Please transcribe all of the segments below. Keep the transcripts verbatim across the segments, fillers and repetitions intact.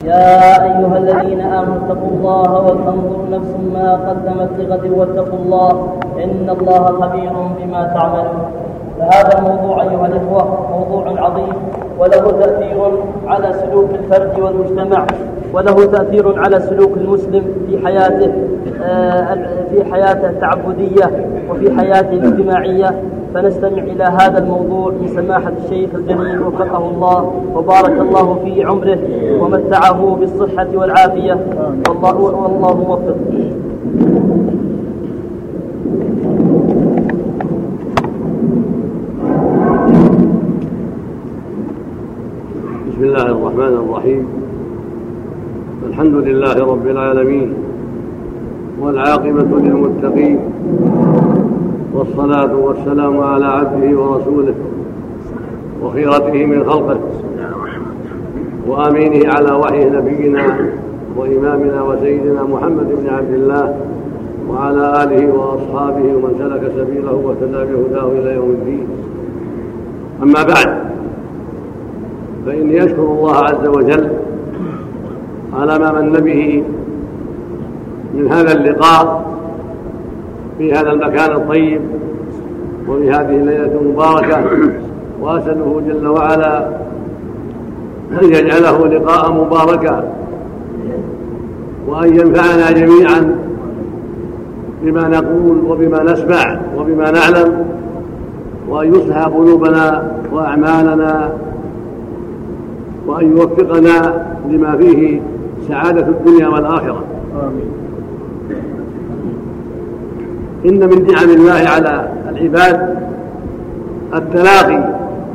يا أيها الذين آمنوا اتقوا الله ولتنظر نفس ما قدمت لغد واتقوا الله إن الله خبير بما تعملون. فهذا الموضوع أيها الإخوة موضوع عظيم، وله تأثير على سلوك الفرد والمجتمع، وله تأثير على سلوك المسلم في حياته في حياته التعبدية وفي حياته الاجتماعية. فنستمع إلى هذا الموضوع من سماحة الشيخ الجليل وفقه الله وبارك الله في عمره ومتعه بالصحة والعافية، والله, والله موفق. بسم الله الرحمن الرحيم. الحمد لله رب العالمين، والعاقبة للمتقين، والصلاة والسلام على عبده ورسوله وخيرته من خلقه وآمينه على وحيه نبينا وإمامنا وسيدنا محمد بن عبد الله وعلى آله وأصحابه ومن سلك سبيله واهتدى بهداه إلى يوم الدين. أما بعد، فإني أشكر الله عز وجل على ما من به من هذا اللقاء في هذا المكان الطيب وفي هذه الليلة المباركة، وأسأله جل وعلا أن يجعله لقاء مباركا، وأن ينفعنا جميعا بما نقول وبما نسمع وبما نعلم، وأن يصلح قلوبنا وأعمالنا، وأن يوفقنا لما فيه سعادة الدنيا والآخرة. آمين. إن من نعم الله على العباد التلاقي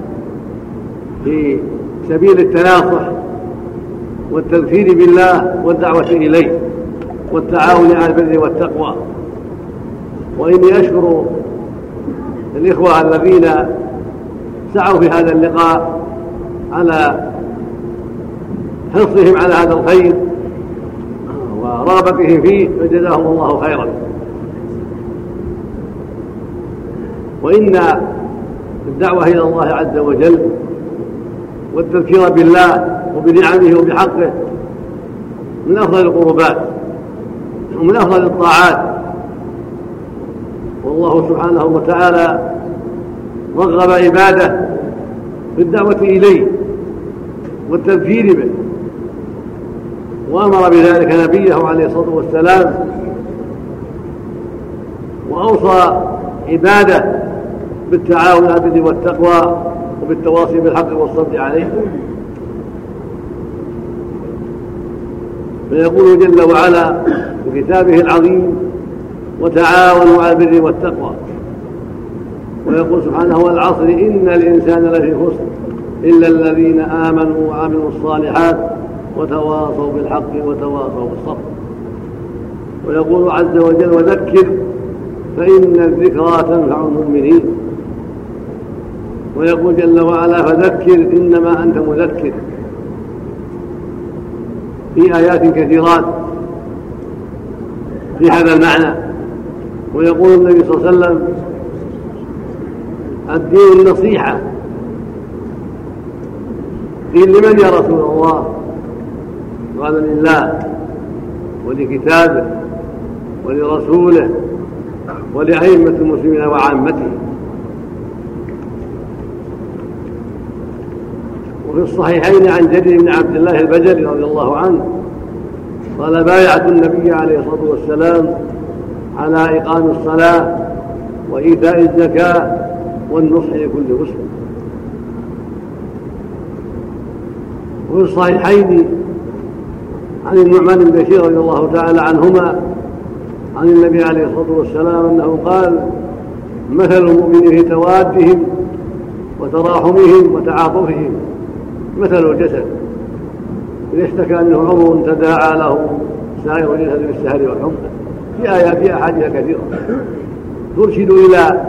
في سبيل التناصح والتذكير بالله والدعوة إليه والتعاون على البر والتقوى. وإني أشكر الإخوة الذين سعوا في هذا اللقاء على حرصهم على هذا الخير ورغبتهم فيه، فجزاهم الله خيرا. وإن الدعوة إلى الله عز وجل والتذكير بالله وبنعمه وبحقه من أفضل القربات ومن أفضل الطاعات، والله سبحانه وتعالى رغب عباده في الدعوة إليه والتذكير به، وأمر بذلك نبيه عليه الصلاة والسلام، وأوصى عباده بالتعاون على البر والتقوى وبالتواصي بالحق والصبر عليه. فيقول جل وعلا في كتابه العظيم: وتعاونوا على البر والتقوى. ويقول سبحانه: والعصر إن الإنسان لفي خسر إلا الذين آمنوا وعملوا الصالحات وتواصوا بالحق وتواصوا بالصبر. ويقول عز وجل: وذكر فإن الذكرى تنفع المؤمنين. ويقول جل وعلا: فذكر إنما أنت مذكر، في آيات كثيرات في هذا المعنى. ويقول النبي صلى الله عليه وسلم: الدين النصيحة. قيل: لمن يا رسول الله؟ قال: لله ولكتابه ولرسوله ولأئمة المسلمين وعامته. وفي الصحيحين عن جرير بن عبد الله البجلي رضي الله عنه قال: بايعت النبي عليه الصلاة والسلام على إقام الصلاة وإيتاء الزكاة والنصح لكل مسلم. وفي الصحيحين عن النعمان بن بشير رضي الله تعالى عنهما عن النبي عليه الصلاة والسلام أنه قال: مثل المؤمن في توادهم وتراحمهم وتعاطفهم مثل الجسد إذا اشتكى منه عضو تداعى له سائر الجسد بالسهر والحمى. في آيات في أحاديث كثيرة ترشد إلى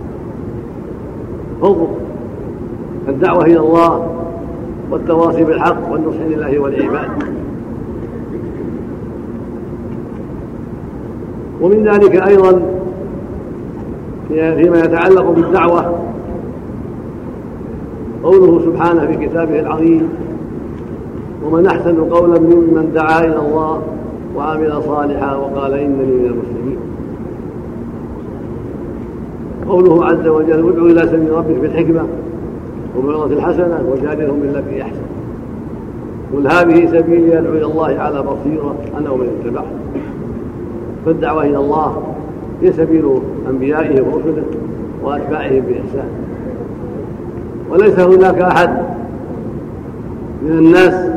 فضل الدعوة إلى الله والتواصي بالحق والنصح لله والعباد. ومن ذلك أيضا فيما يتعلق بالدعوة قوله سبحانه في كتابه العظيم: ومن أحسن قولا ممن دعا إلى الله وعمل صالحا وقال إنني من المسلمين. قوله عز وجل ادع إلى سبيل ربك بالحكمة وبالموعظة الحسنة وجادلهم بالتي أحسن. قل هذه سبيلي أدعو إلى الله على بصيرة أنا ومن اتبعني. فالدعوة إلى الله هي سبيل أنبيائه ورسله وأتباعهم بإحسان، وليس هناك أحد من الناس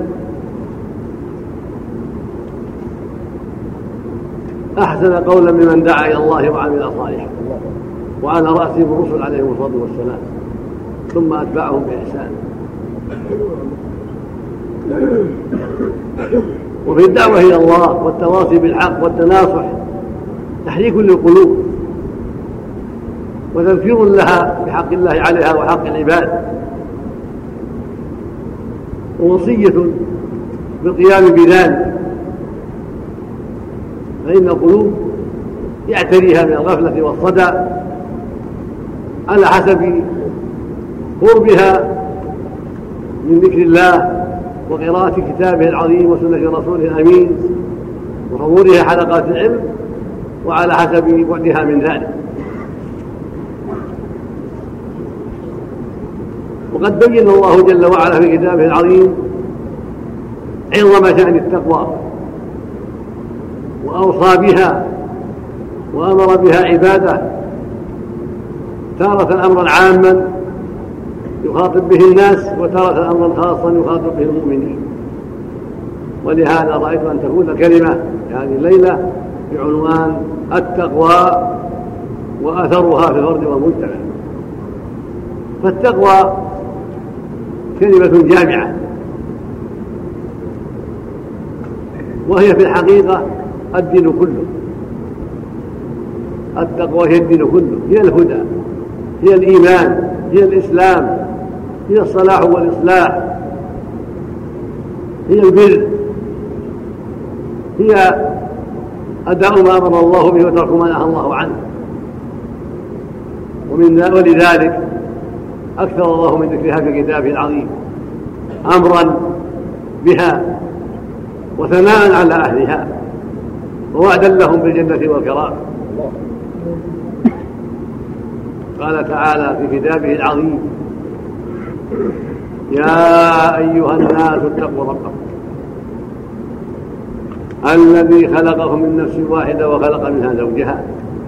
أحسن قولا ممن دعا إلى الله وعمل صالحا، وعلى رأسهم الرسل عليهم الصلاة والسلام ثم أتباعهم بإحسان. وفي الدعوة إلى الله والتواصي بالحق والتناصح تحريك للقلوب وتذكير لها بحق الله عليها وحق العباد، ووصية بالقيام بذلك، فإن القلوب يعتريها من الغفلة والصدى على حسب قربها من ذكر الله وقراءة كتابه العظيم وسنة رسوله الأمين وحضورها حلقات العلم، وعلى حسب بعدها من ذلك. وقد بين الله جل وعلا في كتابه العظيم عظم شأن التقوى وأوصى بها وأمر بها عباده، تارة أمرا عاما يخاطب به الناس وتارة أمرا خاصا يخاطب به المؤمنين. ولهذا رأيت أن تكون الكلمة هذه الليلة بعنوان التقوى وأثرها في الفرد والمجتمع. فالتقوى كلمة جامعة، وهي في الحقيقة الدين كله. التقوى هي الدين كله، هي الهدى، هي الإيمان، هي الإسلام، هي الصلاح والإصلاح، هي البر، هي أداء ما أمر الله به وترك ما نهى الله عنه. ومن ولذلك أكثر الله من ذكرها في كتابه العظيم أمرا بها وثناء على أهلها ووعدا لهم بالجنة والكرام. قال تعالى في كتابه العظيم يا أيها الناس اتقوا ربكم الذي خلقكم من نفس واحدة وخلق منها زوجها.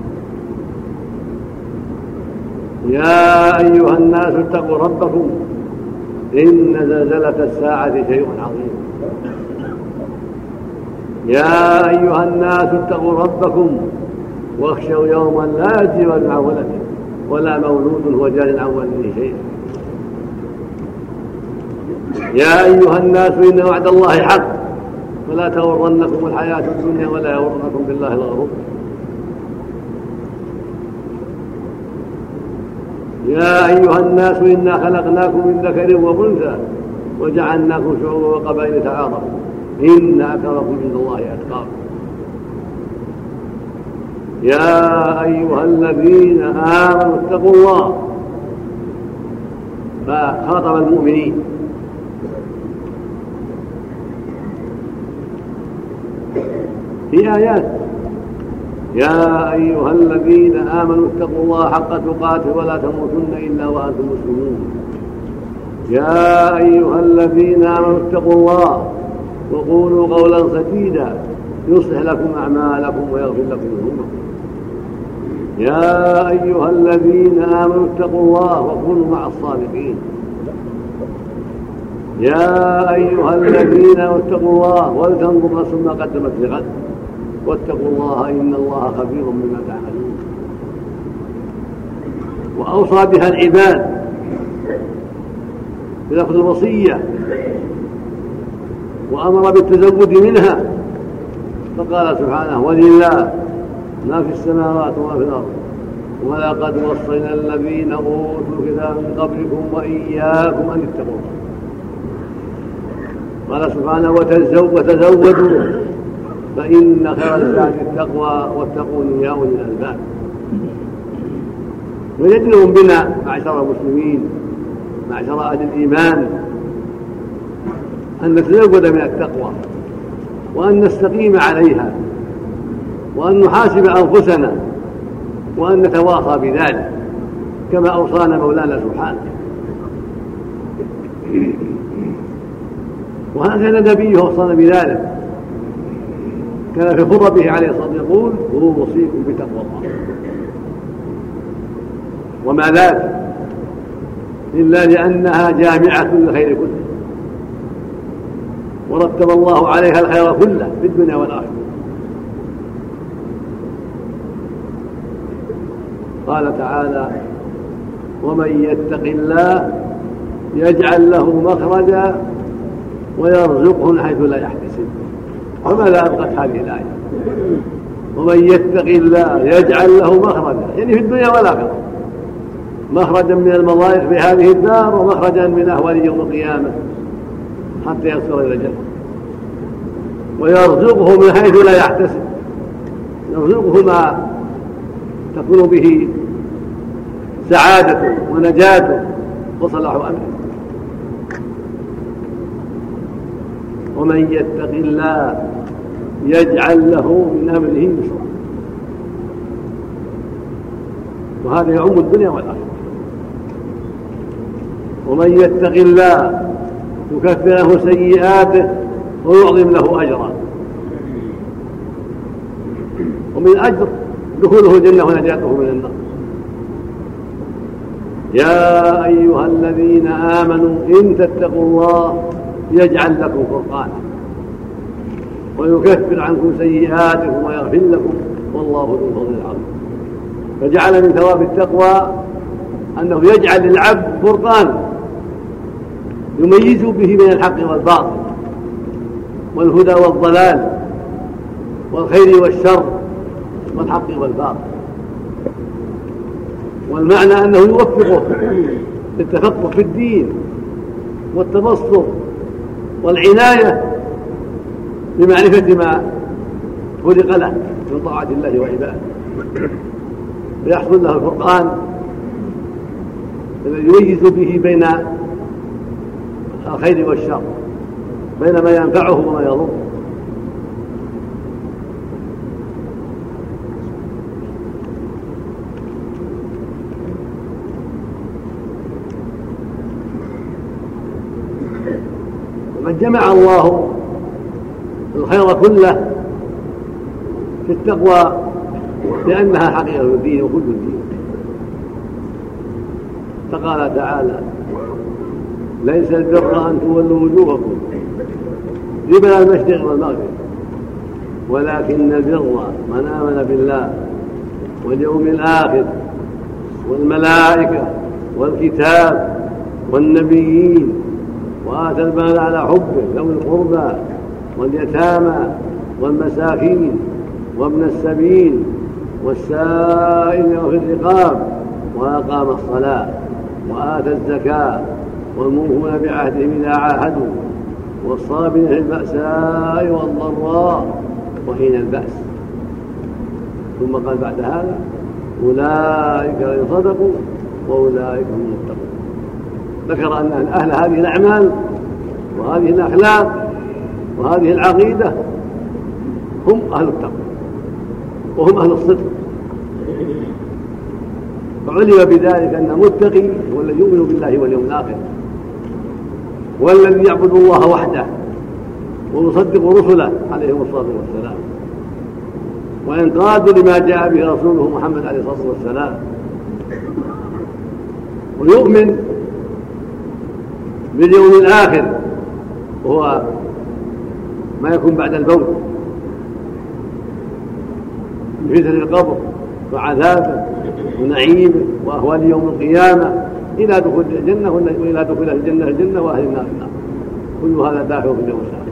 يا أيها الناس اتقوا ربكم إن زلزلة الساعة شيء عظيم. يا أيها الناس اتقوا ربكم واخشوا يوما لا يجزي والد عن ولده ولا مولود هو جاز عن والده شيئا. يا أيها الناس إن وعد الله حق فلا تغرنكم الحياة الدنيا ولا يغرنكم بالله الغرور. يا أيها الناس إنا خلقناكم من ذكر وأنثى وجعلناكم شعوبا وقبائل تعارفوا إن أكرمكم عند الله أتقاكم. يا أيها الذين آمنوا اتقوا الله، فخاطب المؤمنين. في آيات يا أيها الذين آمنوا اتقوا الله حق تقاته ولا تموتن إلا وأنتم مسلمون. يا أيها الذين آمنوا اتقوا الله وقولوا قولا سديدا يصلح لكم أعمالكم ويغفر لكم ذنوبكم. يا أيها الذين آمنوا اتقوا الله وكونوا مع الصادقين. يا أيها الذين اتقوا الله ولتنظر نفس ما قدمت لغد واتقوا الله إن الله خبير بما تعملون. وأوصى بها العباد بلفظ الوصية وأمر بالتزود منها، فقال سبحانه ولله ما في السماوات وما في الأرض ولقد وصينا الذين أوتوا الكتاب من قبلكم وإياكم أن اتقوا الله. قال سبحانه وتزودوا فإن خير الزاد التقوى واتقون يا أولي الألباب. ويجدرهم بنا معشر المسلمين معشر أهل الإيمان أن نتزود من التقوى وأن نستقيم عليها وأن نحاسب أنفسنا وأن نتواصى بذلك كما أوصانا مولانا سبحانه. وهكذا نبيه وصانا بذلك، كان في خطبه عليه الصلاة والسلام يقول: هو وصيكم بتقوى الله. وما ذاك إلا لأنها جامعة للخير كله، ورتب الله عليها الخير كله في الدنيا والآخرة. قال تعالى: ومن يتق الله يجعل له مخرجا ويرزقه من حيث لا يحتسب. وماذا أبقت هذه الآية؟ ومن يتق الله يجعل له مخرجا، يعني في الدنيا والآخرة، مخرجا من المضايق في هذه الدار ومخرجا من أهوال يوم القيامة حتى يصل إلى الجنة. ويرزقه من حيث لا يحتسب، يرزقه ما تكون به سعادته ونجاته وصلاح أمره. ومن يتق الله يجعل له من أمره يسرا. وهذا يعم الدنيا والآخرة. ومن يتق الله يكفر له سيئاته ويعظم له أجرا. ومن أجر دخوله الجنة ونجاته من النار. يا أيها الذين آمنوا إن تتقوا الله يجعل لكم فرقانا ويكفر عنكم سيئاتكم ويغفر لكم والله ذو الفضل العظيم. فجعل من ثواب التقوى أنه يجعل للعبد فرقانا يميز به بين الحق والباطل والهدى والضلال والخير والشر والحق والباطل. والمعنى أنه يوفقه للتفقه في الدين والتبصر والعناية بمعرفة ما خلق له من طاعة الله وعباده، فيحصل له الفرقان الذي يميز به بين الخير والشر، بين ما ينفعه وما يضره. وقد جمع الله الخير كله في التقوى لأنها حقيقة الدين وكل الدين. فقال تعالى: ليس البر أن تولوا وجوهكم قبل المشرق والمغرب ولكن البر من آمن بالله واليوم الآخر والملائكة والكتاب والنبيين وآتى المال على حبه ذوي القربى واليتامى والمساكين وابن السبيل والسائل وفي الرقاب وأقام الصلاة وآتى الزكاة والموفون بعهدهم إذا عاهدوا والصابرين في البأساء والضراء وحين البأس. ثم قال بعد هذا: أولئك إن صدقوا وأولئك هم المتقون. ذكر أن أهل هذه الأعمال وهذه الأخلاق وهذه العقيدة هم أهل التقوى وهم أهل الصدق. فعلم بذلك أن المتقي هو الذي يؤمن بالله واليوم الآخر والذي يعبد الله وحده ويصدق رسله عليهم الصلاة والسلام وينقاد لما جاء به رسوله محمد عليه الصلاة والسلام، ويؤمن باليوم الآخر وهو ما يكون بعد الموت من فتنة القبر وعذابه ونعيمه وأهوال يوم القيامة إلى دخول الجنة وإلى دخول الجنة الجنة وأهل النار النار. كل هذا داخل في اليوم الآخر.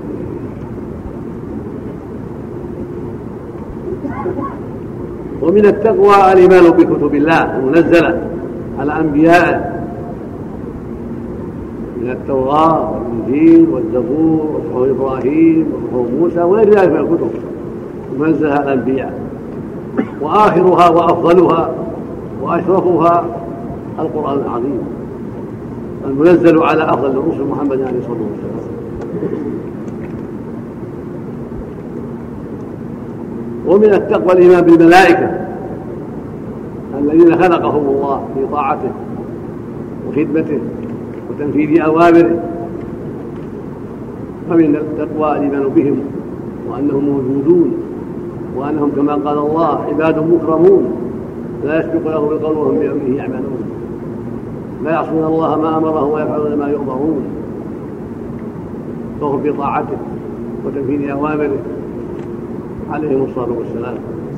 ومن التقوى الإيمان بكتب الله المنزلة على أنبيائه من التوراة والإنجيل والزبور وصحف إبراهيم وصحف موسى وغير ذلك من الكتب المنزلة على الأنبياء. وآخرها وأفضلها وأشرفها القرآن العظيم المنزل على أفضل الرسل محمد عليه الصلاة والسلام. ومن التقوى الإيمان بالملائكة الذين خلقهم الله في طاعته وخدمته وتنفيذ أوامره. فمن التقوى الإيمان بهم وأنهم موجودون وأنهم كما قال الله عباد مكرمون لا يسبق له بالقول وهم بأمره يعملون لا يعصون الله ما أمره ويفعلون ما يؤمرون فهم في طاعته وتنفيذ أوامره عليهم الصلاة والسلام.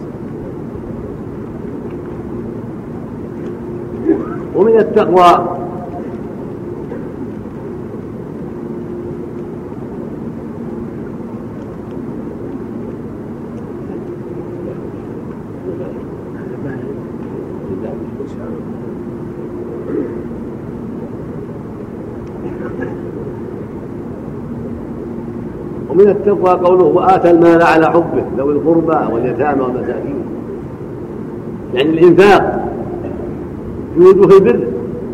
ومن التقوى ومن التقوى قوله وآتى المال على حبه ذوي القربى واليتامى والمساكين، يعني الإنفاق في وجوه البر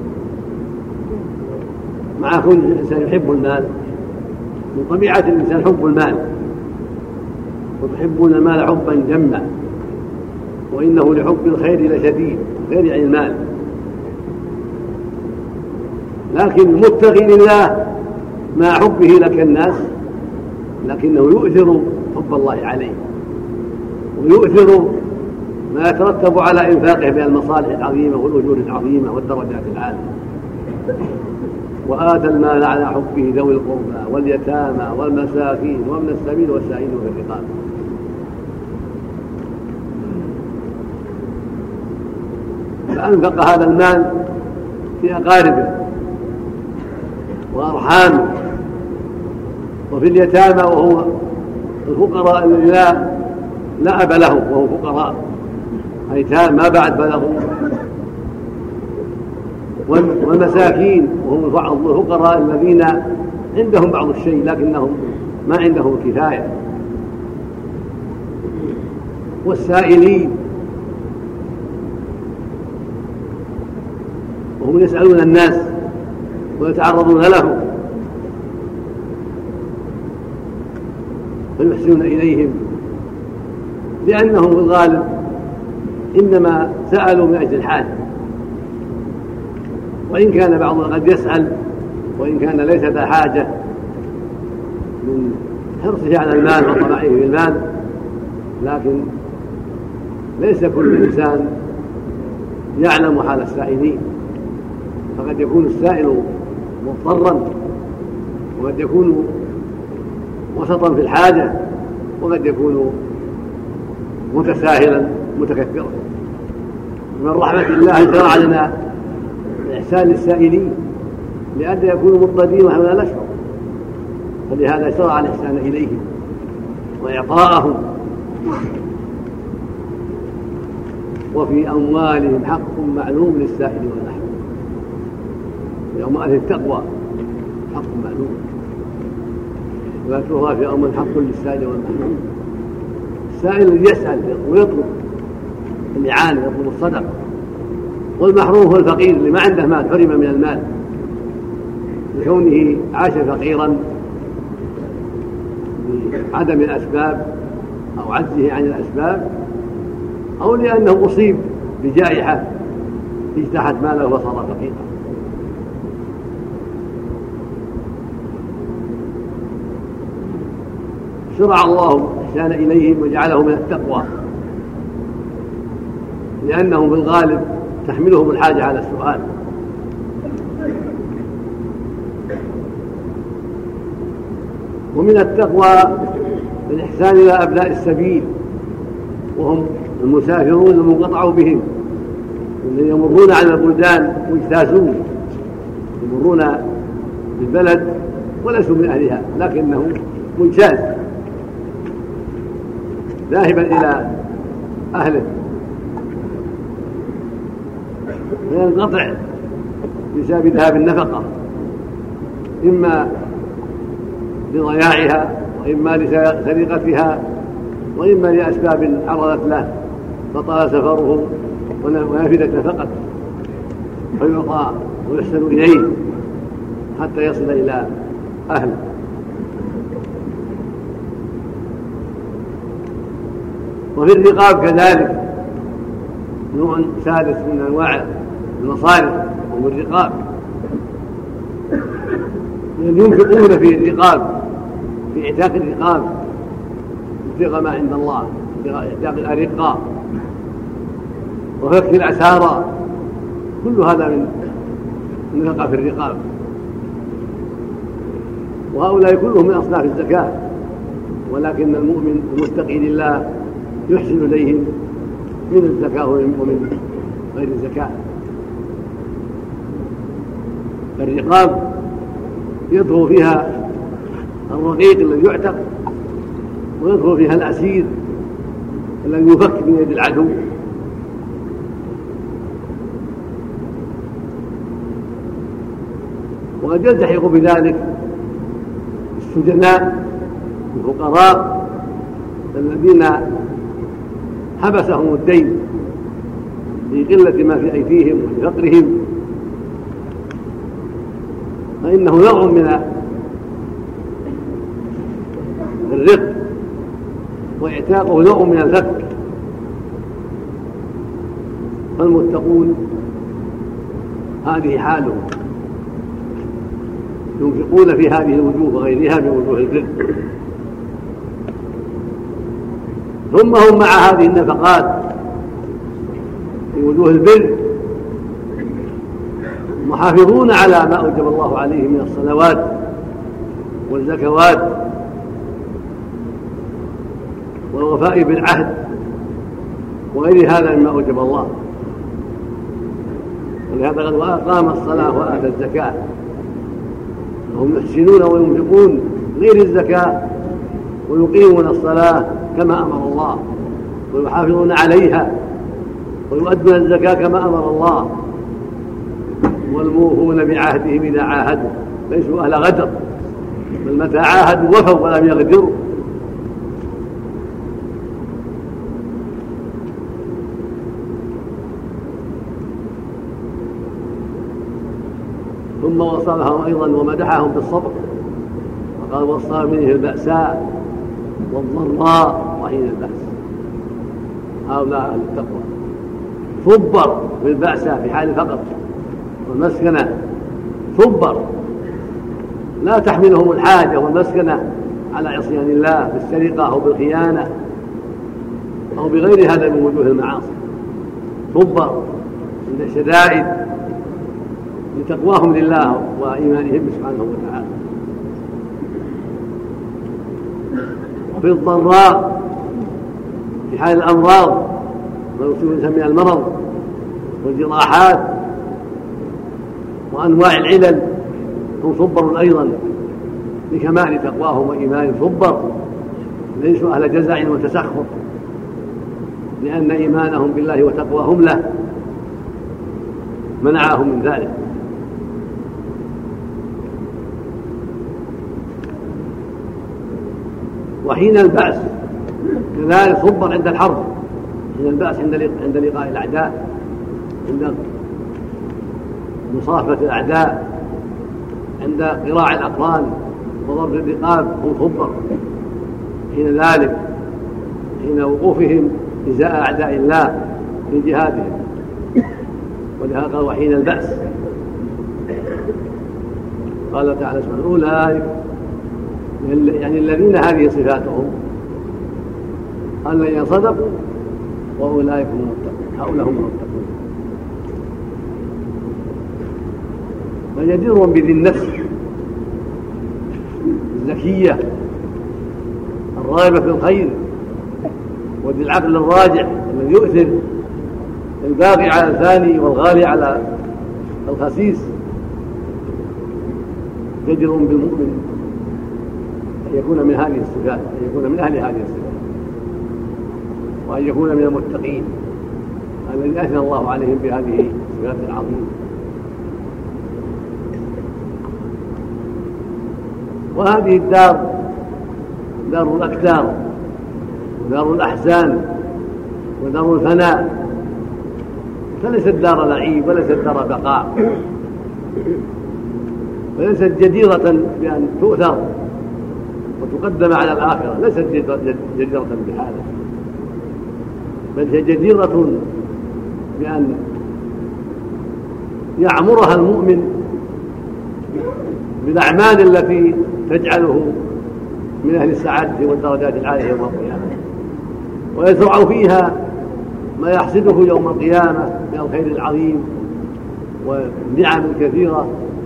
مع كون الإنسان يحب المال. من طبيعة الإنسان حب المال وتحبون المال حبا جما وإنه لحب الخير لشديد، خير يعني المال. لكن المتقي لله مع حبه لك الناس لكنه يؤثر حب الله عليه ويؤثر ما يترتب على إنفاقه من المصالح العظيمة والأجور العظيمة والدرجات العالية. وآتى المال على حبه ذوي القربى واليتامى والمساكين وابن السبيل والسائلين في الرقاب. فأنفق هذا المال في أقاربه وأرحامه وفي اليتامى وهو الفقراء الذين لا, لا أب لهم وهم فقراء أيتام ما بعد بلغوا، والمساكين وهم الفقراء الذين عندهم بعض الشيء لكنهم ما عندهم كفاية، والسائلين وهم يسألون الناس ويتعرضون لهم فيحسنون إليهم لأنهم في الغالب إنما سألوا من أجل الحاجة، وإن كان بعضهم قد يسأل وإن كان ليس ذا حاجة من حرصه على المال وطمعه في المال، لكن ليس كل إنسان يعلم حال السائلين، فقد يكون السائل مضطرا وقد يكون وسطا في الحاجة وقد يكون متساهلا متكثرا. من رحمة الله شرع لنا الإحسان للسائلين لأن يكونوا مضطرين ونحن لا نشعر، فلهذا شرع الإحسان إليهم وإعطاءهم. وفي أموالهم حق معلوم للسائل والمحروم، في أموالهم التقوى حق معلوم، ويتلوها في أموال حق للسائل والمحروم. السائل الذي يسأل ويطلب الإعانة يطلب الصدقة، والمحروم هو الفقير اللي ما عنده مال حرم من المال لكونه عاش فقيرا بعدم الأسباب أو عجزه عن الأسباب أو لأنه أصيب بجائحة اجتاحت ماله وصار فقيرا. شرع الله الإحسان إليهم وجعله من التقوى لأنهم بالغالب تحملهم الحاجة على السؤال. ومن التقوى الإحسان إلى أبناء السبيل وهم المسافرون المنقطع بهم الذين يمرون على البلدان ويجتازون، يمرون بالبلد وليسوا من أهلها لكنه منجاز ذاهبا إلى أهله فينقطع بسبب ذهاب النفقة إما لضياعها وإما لسرقتها وإما لأسباب عرضت له فطال سفره ونفدت نفقته، فيعطى ويحسن إليه حتى يصل إلى أهله. وفي الرقاب كذلك نوع سادس من أنواع المصارف وهو الرقاب، ينفقون في الرقاب، في اعتاق الرقاب، ابتغاء ما عند الله، اعتاق الأرقاء وفك الأسارى، كل هذا من نفقة في الرقاب. وهؤلاء كلهم من أصناف الزكاة، ولكن المؤمن المتقي لله يحسن إليهم من الزكاة ومن غير الزكاة. الرقاب يدخل فيها الرقيق الذي يعتق، ويدخل فيها الأسير الذي يفك من يد العدو، وقد يلتحق بذلك السجناء الفقراء الذين حبسهم الدين لقلة ما في أيديهم ولفقرهم، فإنه نوع من الرق، واعتاقه نوع من الفك. فالمتقون هذه حالهم، ينفقون في هذه الوجوه وغيرها من وجوه البر، ثم هم مع هذه النفقات في وجوه البر محافظون على ما أوجب الله عليه من الصلوات والزكوات والوفاء بالعهد وغير هذا مما أوجب الله. ولهذا قد وأقام الصلاة وآتى الزكاة، هم يحسنون وينفقون غير الزكاة ويقيمون الصلاة كما أمر الله ويحافظون عليها ويؤدون الزكاة كما أمر الله، والموفون بعهدهم إذا عاهدوا، ليسوا أهل غدر، بل متى عاهدوا وفوا ولم يغدروا. ثم وصفهم أيضا ومدحهم بالصبر، وقال والصابرين البأساء والضراء وحين البأس. هؤلاء أهل التقوى صبر في البأساء في حال الفقر والمسكنة، صبر لا تحملهم الحاجة والمسكنة على عصيان الله بالسرقة أو بالخيانة أو بغير هذا من وجوه المعاصي، صبر عند الشدائد لتقواهم لله وإيمانهم سبحانه وتعالى. وفي الضراء في حال الأمراض ما يسمى المرض والجراحات وأنواع العلل هم صبر أيضا لكمال تقواهم وإيمانهم، صبر ليسوا أهل جزع وتسخط، لأن إيمانهم بالله وتقواهم له منعهم من ذلك. وحين البأس كذلك صبر عند الحرب، حين البأس عند لقاء الأعداء، عند مصافة الأعداء، عند قراع الأقران وضرب الرقاب، هم صبر حين ذلك، حين وقوفهم إزاء أعداء الله في جهادهم. ولهذا قال وحين البأس، قال تعالى سبحانه أولئك، يعني الذين هذه صفاتهم الذين صدقوا وأولئك هم المتقون، هؤلاء هم المتقون. فيجدر بذي النفس الزكية الراغبة في الخير وذي العقل الراجع الذي يؤثر الباقي على الثاني والغالي على الخسيس، يجدر بالمؤمن أن يكون من هذه الصفات، أن يكون من أهل هذه الصفات، وأن يكون من المتقين الذي أثنى الله عليهم بهذه الصفات العظيمة. وهذه الدار دار الأكدار ودار الأحزان ودار الفناء، فليست دار لعيب وليست دار بقاء، وليست جديرة بأن تؤثر وتقدم على الآخرة، ليست جديرة بهذا، بل هي جديرة بأن يعمرها المؤمن بالأعمال التي تجعله من أهل السعادة والدرجات العالية يوم القيامة، ويزرع فيها ما يحصده يوم القيامة من الخير العظيم والنعم الكثيرة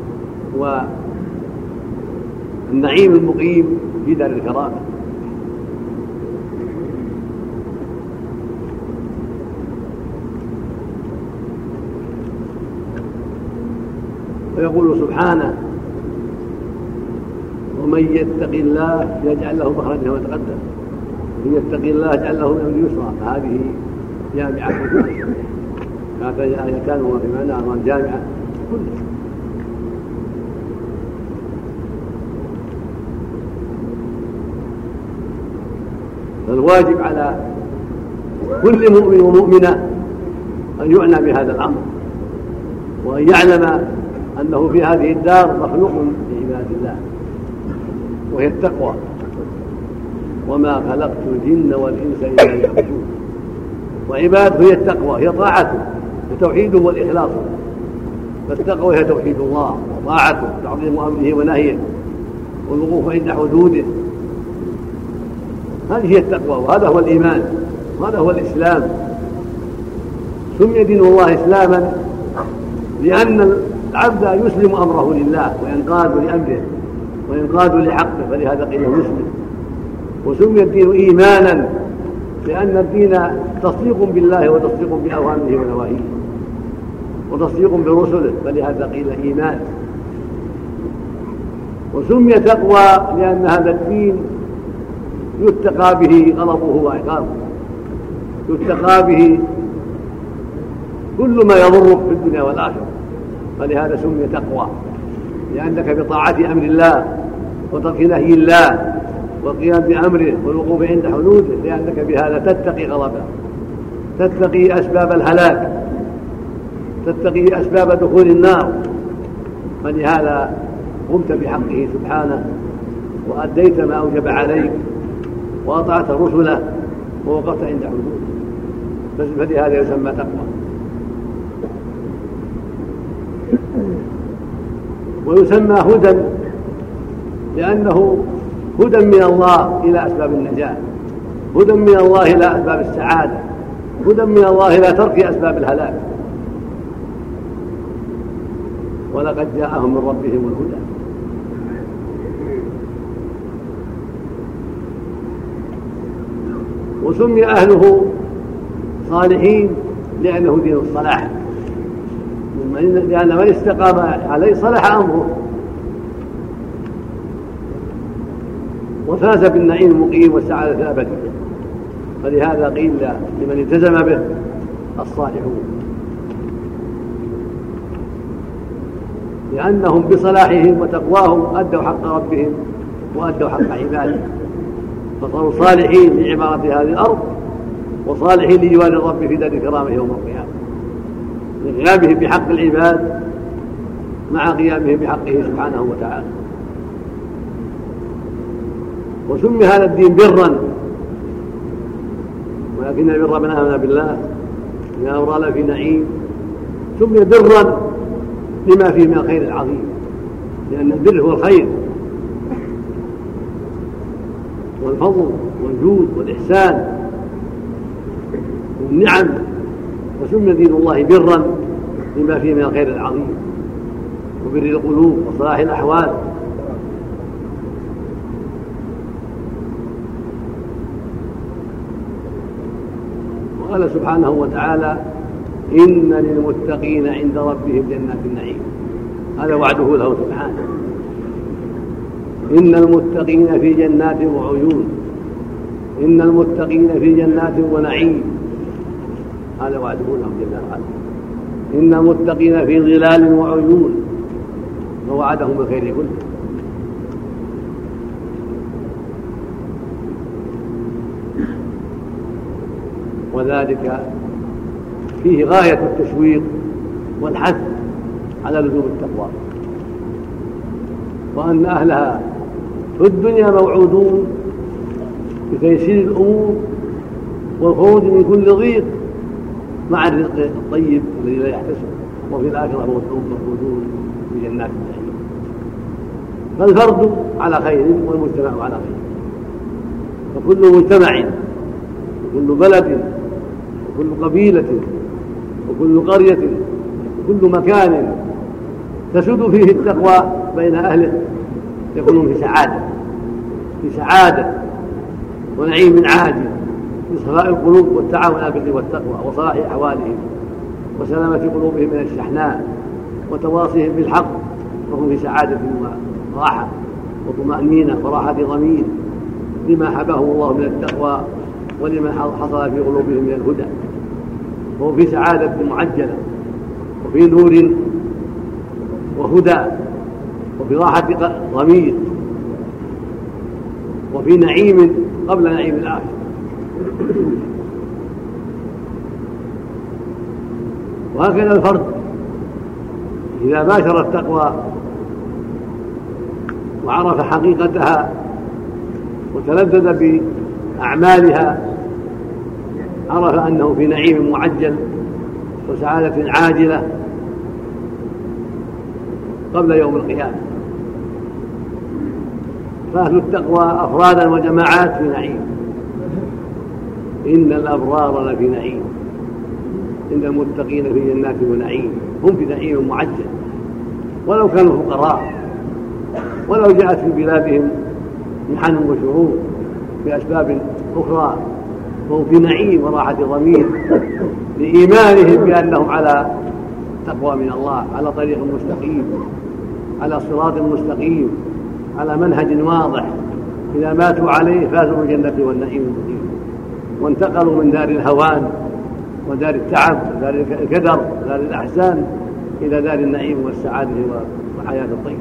والنعيم المقيم في دار الكرامة. ويقول سبحانه: ومن يتق الله يجعل له مخرجا ويتقدم، من يتق الله يجعل له من امره يسرا. فهذه جامعة كلها، هاتان آيتان وفي معناها جامعة كلها. فالواجب على كل مؤمن ومؤمنة أن يعنى بهذا الأمر، وأن يعلم أنه في هذه الدار مخلوق لعباد الله وهي التقوى: وما خلقت الجن والإنس إلا ليعبدون. وعباده هي التقوى، هي طاعته وتوحيده والإخلاص. فالتقوى هي توحيد الله وطاعته وتعظيم أمره ونهيه والوقوف عند حدوده. هذه هي التقوى، وهذا هو الإيمان، وهذا هو الإسلام. سمي دين الله إسلاما لأن العبد يسلم أمره لله وينقاد لأمره وينقاد لحقه، فلهذا قيل مسلم. وسمي الدين إيمانا لأن الدين تصديق بالله وتصديق بأوامره ونواهيه وتصديق برسله، فلهذا قيل إيمان. وسمي تقوى لأن هذا الدين يتقى به غضبه وعقابه، يتقى به كل ما يضرك في الدنيا والآخرة، فلهذا سمي تقوى، لأنك بطاعة أمر الله وترك نهي الله والقيام بأمره والوقوف عند حدوده، لأنك بهذا تتقي غضبه، تتقي أسباب الهلاك، تتقي أسباب دخول النار. فلهذا قمت بحقه سبحانه وأديت ما أوجب عليك وأطعت رسله ووقفت عند حدوده، فلهذا يسمى تقوى. ويسمى هدى لأنه هدى من الله إلى أسباب النجاة، هدى من الله إلى أسباب السعادة، هدى من الله إلى ترك أسباب الهلاك. ولقد جاءهم من ربهم الهدى. وسمي أهله صالحين لأنه دين الصلاح، لأن من استقام عليه صلح أمره وفاز بالنعيم المقيم والسعادة الأبدية. فلهذا قيل لمن التزم به الصالحون، لأنهم بصلاحهم وتقواهم أدوا حق ربهم وأدوا حق عبادهم، فصاروا صالحين لعمارة هذه الأرض وصالحين لجوار الرب في دار كرامه يوم القيامة، لقيامهم بحق العباد مع قيامهم بحقه سبحانه وتعالى. وسمي هذا الدين برا، ولكن البر من آمن بالله إن الأبرار لفي نعيم. سمي برا لما فيه من الخير العظيم، لأن البر هو الخير والفضل والجود والإحسان والنعم. وسمي دين الله برا لما فيه من الخير العظيم وبر القلوب وصلاح الأحوال. وقال سبحانه وتعالى: إن للمتقين عند ربهم جنات النعيم. هذا وعده له سبحانه، إن المتقين في جنات وعيون، إن المتقين في جنات ونعيم. هذا وعده لهم جل وعلا. إن المتقين في ظلال وعيون، ووعدهم بالخير كله. وذلك فيه غاية التشويق والحث على لزوم التقوى، وأن والخروج من كل ضيق مع الرزق الطيب الذي لا يحتسب، وفي الآخرة موجود في جنات النعيم. فالفرد على خير والمجتمع على خير، فكل مجتمع وكل بلد وكل قبيلة وكل قرية وكل مكان تسود فيه التقوى بين أهله يكونون في سعادة في سعادة ونعيم عاجل بصفاء القلوب والتعاون على البر والتقوى وصلاح أحوالهم وسلامة قلوبهم من الشحناء وتواصيهم بالحق، وهم في سعادة وراحة وطمأنينة وراحة ضمير لما حباهم الله من التقوى ولما حصل في قلوبهم من الهدى، وهم في سعادة معجلة وفي نور وهدى وفي راحة ضمير وفي نعيم قبل نعيم الآخرة. وهكذا الفرد إذا باشر التقوى وعرف حقيقتها وتلذذ بأعمالها عرف أنه في نعيم معجل وسعادة عاجلة قبل يوم القيامة. فأهل التقوى أفرادا وجماعات في نعيم، إن الأبرار لفي نعيم، إن المتقين في جنات ونعيم، هم في نعيم معجل ولو كانوا فقراء، ولو جاءت في بلادهم محن وشرور بأسباب أخرى، وهم في نعيم وراحة ضمير لإيمانهم بأنهم على تقوى من الله، على طريق مستقيم، على صراط مستقيم، على منهج واضح. إذا ماتوا عليه فازوا بالجنة والنعيم المقيم، وانتقلوا من دار الهوان ودار التعب ودار الكدر ودار الأحزان إلى دار النعيم والسعادة وحياة الطيب.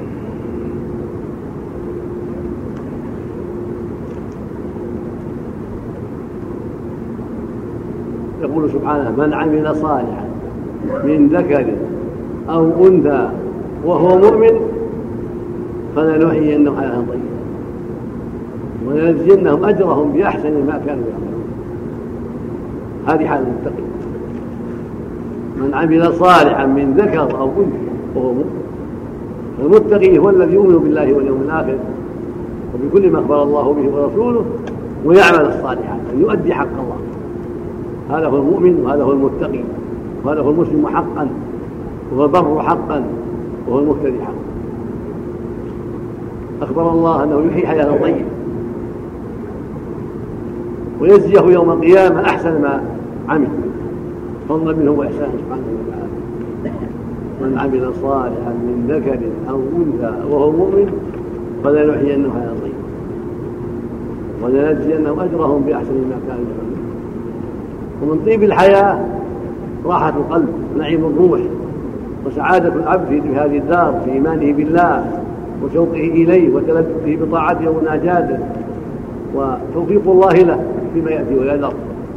يقول سبحانه: من عمل صالحا من ذكر أو أنثى وهو مؤمن فلنحيينهم حياة طيبة ولنجزينهم أجرهم بأحسن ما كانوا يعملون. هذه حال المتقين. من عمل صالحا من ذكر أو أنثى وهو مؤمن. المتقي هو الذي يؤمن بالله واليوم الآخر وبكل ما أخبر الله به ورسوله ويعمل الصالحات، أن يؤدي حق الله. هذا هو المؤمن وهذا هو المتقي وهذا هو المسلم حقا وهو البر حقا وهو المهتدي حقا. أخبر الله أنه يحيي حياة طيبة ويجزيه يوم القيامة أحسن ما عمل فضلا منه وإحسانه سبحانه وتعالى. من عمل صالحا من ذكر أو أنثى وهو مؤمن فلنحيينه حياة طيبة ولنجزينهم أجرهم بأحسن ما كانوا يعملون. ومن طيب الحياة راحة القلب ونعيم الروح وسعادة العبد في هذه الدار في إيمانه بالله وشوقه إليه وتلذذه بطاعته وناجاته وتوفيق الله له فيما يأتي ويذر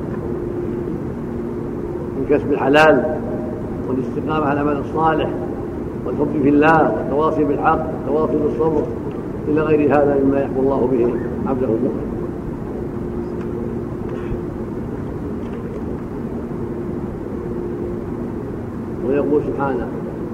من كسب الحلال والاستقامة على العمل الصالح والحب في الله والتواصي بالحق والتواصي بالصبر إلى غير هذا مما يحب الله به عبده المؤمن. ويقول سبحانه: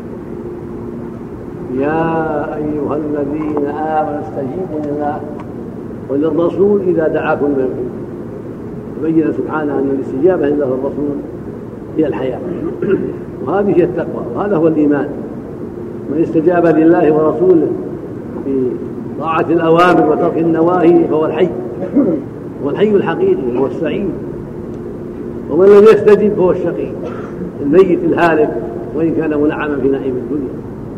يا أيها الذين آمنوا استجيبوا لله وللرسول إذا دعاكم لما يحييكم. بين سبحانه أن الاستجابة لله والرسول هي الحياة وهذه هي التقوى وهذا هو الإيمان. من استجاب لله ورسوله في طاعة الأوامر وترك النواهي فهو الحي، هو الحي الحقيقي وهو السعيد. ومن لم يستجب فهو الشقي الميت الهالك وإن كان منعما في نعيم الدنيا،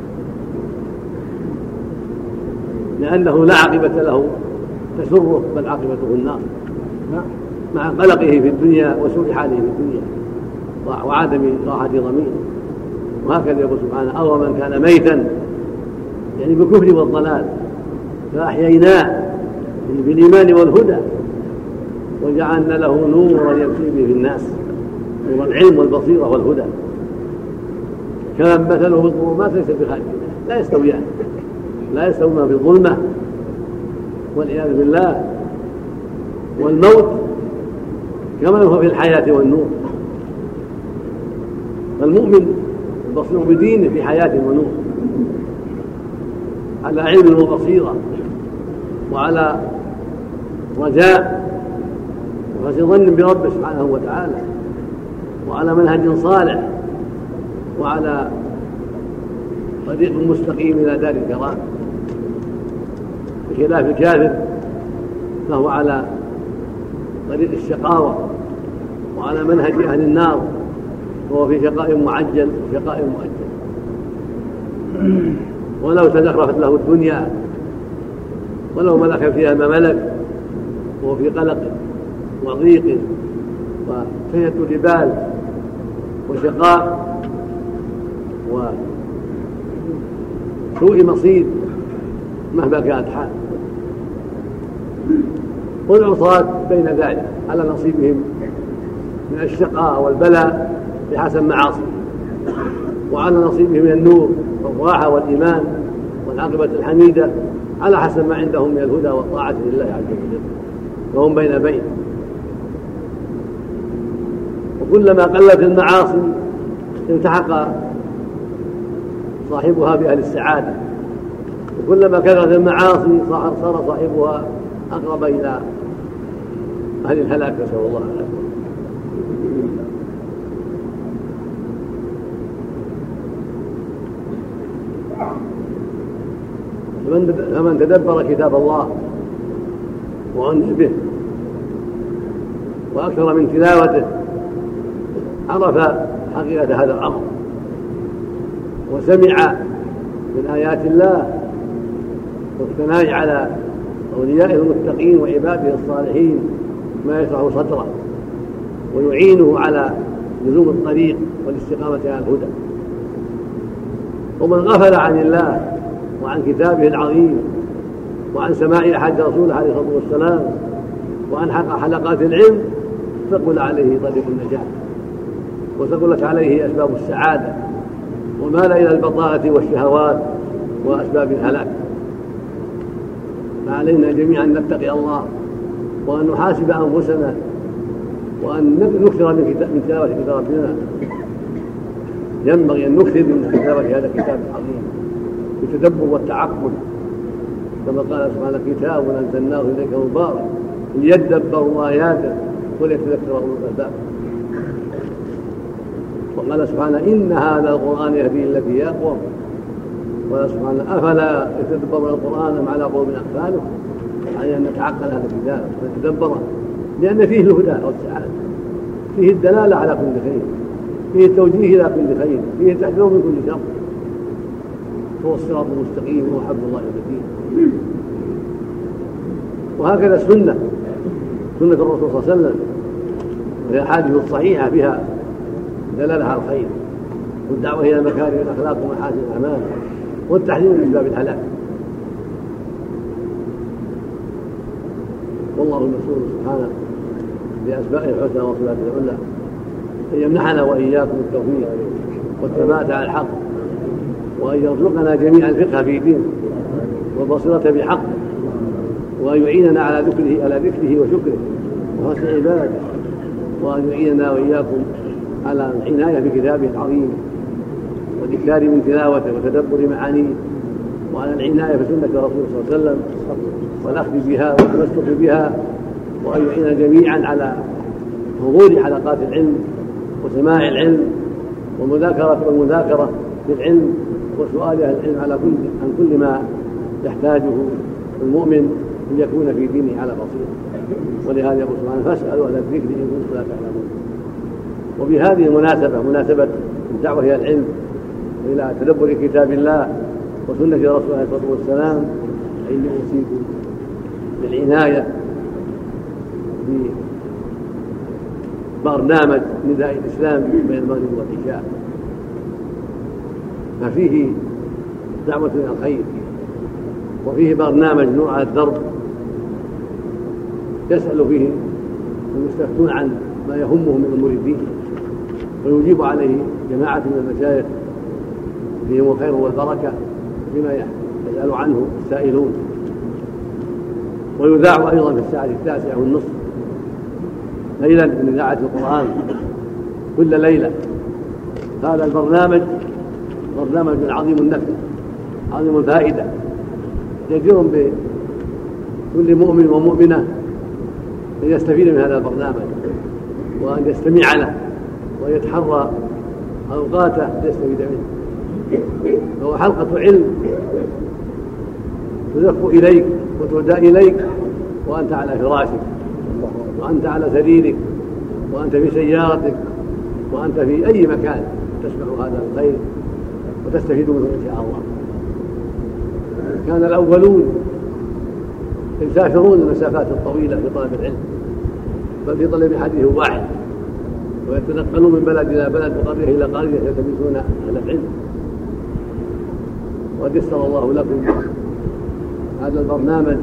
لأنه لا عاقبة له تسره بل عاقبته النار مع قلقه في الدنيا وسوء حاله في الدنيا وعدم راحة ضميره. وهكذا يقول سبحانه: أو من كان ميتا يعني بالكفر والضلال فأحييناه بالإيمان والهدى وجعلنا له نورا يمشي به في الناس، نور العلم والبصيرة والهدى. كمن مثله في الظلمات ليس بخارج منها، لا يستويان، لا يستوون في الظلمة والعياذ بالله والموت كما هو في الحياة والنور. فالمؤمن البصير بدينه في حياة ونور، على علم وبصيرة وعلى رجاء وحسن ظن بربه سبحانه وتعالى، وعلى منهج صالح، وعلى طريق مستقيم إلى دار الكرام، بخلاف الكافر فهو على طريق الشقاوة وعلى منهج أهل النار، وهو في شقاء معجل وشقاء مؤجل. ولو تزخرفت له الدنيا ولو ملك فيها ما ملك وهو في قلق وضيق وسيئة جبال وشقاء وسوء مصير مهما كانت حال. والعصاة بين ذلك على نصيبهم من الشقاء والبلاء بحسب معاصي، وعلى نصيبهم من النور والراحة والإيمان والعاقبة الحميدة على حسب ما عندهم من الهدى والطاعة لله عز وجل، وهم بين بين. وكلما قلت المعاصي التحق صاحبها بأهل السعادة، وكلما كثرت المعاصي صار صاحبها أقرب إلى أهل الهلاك، نسأل الله العافية. فمن تدبر كتاب الله وعني به وأكثر من تلاوته عرف حقيقة هذا الأمر، وسمع من آيات الله والثناء على أوليائه المتقين وعباده الصالحين ما يشرح صدره ويعينه على لزوم الطريق والاستقامة على الهدى. ومن غفل عن الله وعن كتابه العظيم وعن سماع أحد رسوله عليه الصلاة والسلام وعن حلقات العلم ثقل عليه طريق النجاة وثقلت عليه أسباب السعادة، ومال إلى البطالة والشهوات وأسباب الهلاك. فعلينا جميعا أن نتقي الله وأن نحاسب أنفسنا وأن نكثر من تلاوة كتاب ربنا. ينبغي أن نكثر من تلاوة هذا الكتاب العظيم بالتدبر والتعقل، كما قال سبحانه: كتاب أنزلناه إليك مبارك ليدبروا آياته وليتذكر أولو الألباب. وقال سبحانه: إن هذا القرآن يهدي للتي هي أقوم. وقال سبحانه: أفلا يتدبرون القرآن أم على قلوب أقفالها؟ يعني أن نتعقل هذا الكتاب ونتدبره، لأن فيه الهدى والسعادة، فيه الدلالة على كل خير، فيه التوجيه إلى كل خير، فيه التحذير من كل شر، هو الصراط المستقيم وهو حبل الله المتين. وهكذا السنة سنة الرسول صلى الله عليه وسلم وهي أحاديث الصحيحة بها دلالة على الخير والدعوة إلى مكارم الأخلاق ومحاسن الأعمال والتحذير من أسباب الهلاك. والله المسؤول سبحانه بأسمائه الحسنى وصفاته العلى أن يمنحنا وإياكم التوفيق والثبات على الحق، وأن يرزقنا جميعا الفقه في دينه والبصيرة بحق، وأن يعيننا على ذكره على ذكره وشكره وحسن عبادته، وأن يعيننا وإياكم على العناية بكتابه العظيم والإكثار من تلاوته وتدبر معانيه، وعلى العناية بسنة الرسول صلى الله عليه وسلم والأخذ بها والتمسك بها، وأن يعيننا جميعا على حضور حلقات العلم وسماع العلم والمذاكرة والمذاكرة بالعلم وسؤال أهل العلم على كل عن كل ما يحتاجه المؤمن أن يكون في دينه على بصيرة. ولهذا يقول سبحانه: فاسألوا أهل الذكر إن كنتم لا تعلمون. وبهذه المناسبة مناسبة الدعوة إلى العلم وإلى تدبر كتاب الله وسنة رسوله عليه الصلاة والسلام، فإني أوصيكم بالعناية ببرنامج نداء الإسلام بين المغرب والعشاء، ففيه دعوة إلى الخير، وفيه برنامج نور على الدرب يسأل فيه المستفتون عن ما يهمهم من أمور الدين، ويجيب عليه جماعة من المشايخ فيهم الخير والبركة بما يسأل عنه السائلون. ويذاع أيضا في الساعة التاسعة والنصف ليلا من إذاعة القرآن كل ليلة. هذا البرنامج برنامج عظيم النفع عظيم الفائدة، جدير بكل مؤمن ومؤمنة أن يستفيد من هذا البرنامج وأن يستمع له ويتحرى أوقاته ليستفيد منه. فهو حلقة علم تزف إليك وتهدى إليك وأنت على فراشك وأنت على سريرك وأنت في سيارتك وأنت في أي مكان تسمع هذا الخير وتستفيد منه إن شاء الله. كان الأولون يسافرون المسافات الطويلة في طلب العلم، بل في طلب حديث واحد، ويتنقلون من بلد إلى بلد وقرية إلى قرية يلتمسون أهل العلم. وقد يسر الله لكم هذا البرنامج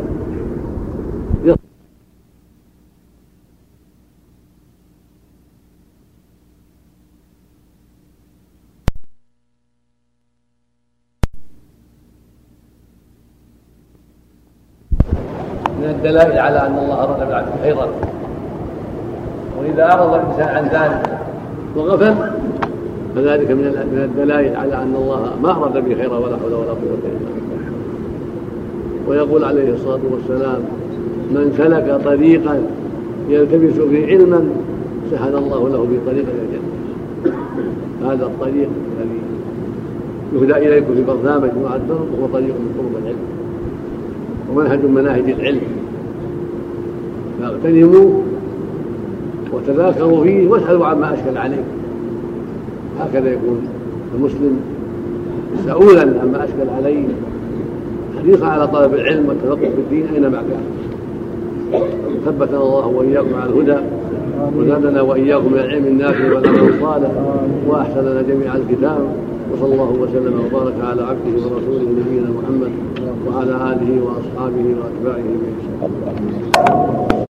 من الدلائل على أن الله أراد بالعبد خيرا. وإذا أعرض الإنسان عن ذلك وغفل فذلك من الدلائل على أن الله ما أراد به خيرا ولا حول ولا قوة إلا بالله. ويقول عليه الصلاة والسلام: من سلك طريقا يلتمس فيه علما سهل الله له به طريقا إلى الجنة. هذا الطريق الذي يهدى إليكم في برنامج مع الدرب هو طريق من طرق العلم ومنهج من مناهج العلم، فاغتنموه وتذاكروا فيه واسألوا عما أشكل عليكم. هكذا يكون المسلم سؤولا عما أشكل عليه، حريصا على طلب العلم والتفقه في الدين أينما كان. ثبتنا الله وإياكم على الهدى وزادنا وإياكم من العلم النافع والعمل الصالح وأحسن لنا جميعا الكتاب. وصلى الله وسلم وبارك على عبده ورسوله نبينا محمد وعلى آله وأصحابه وأتباعه بإحسان.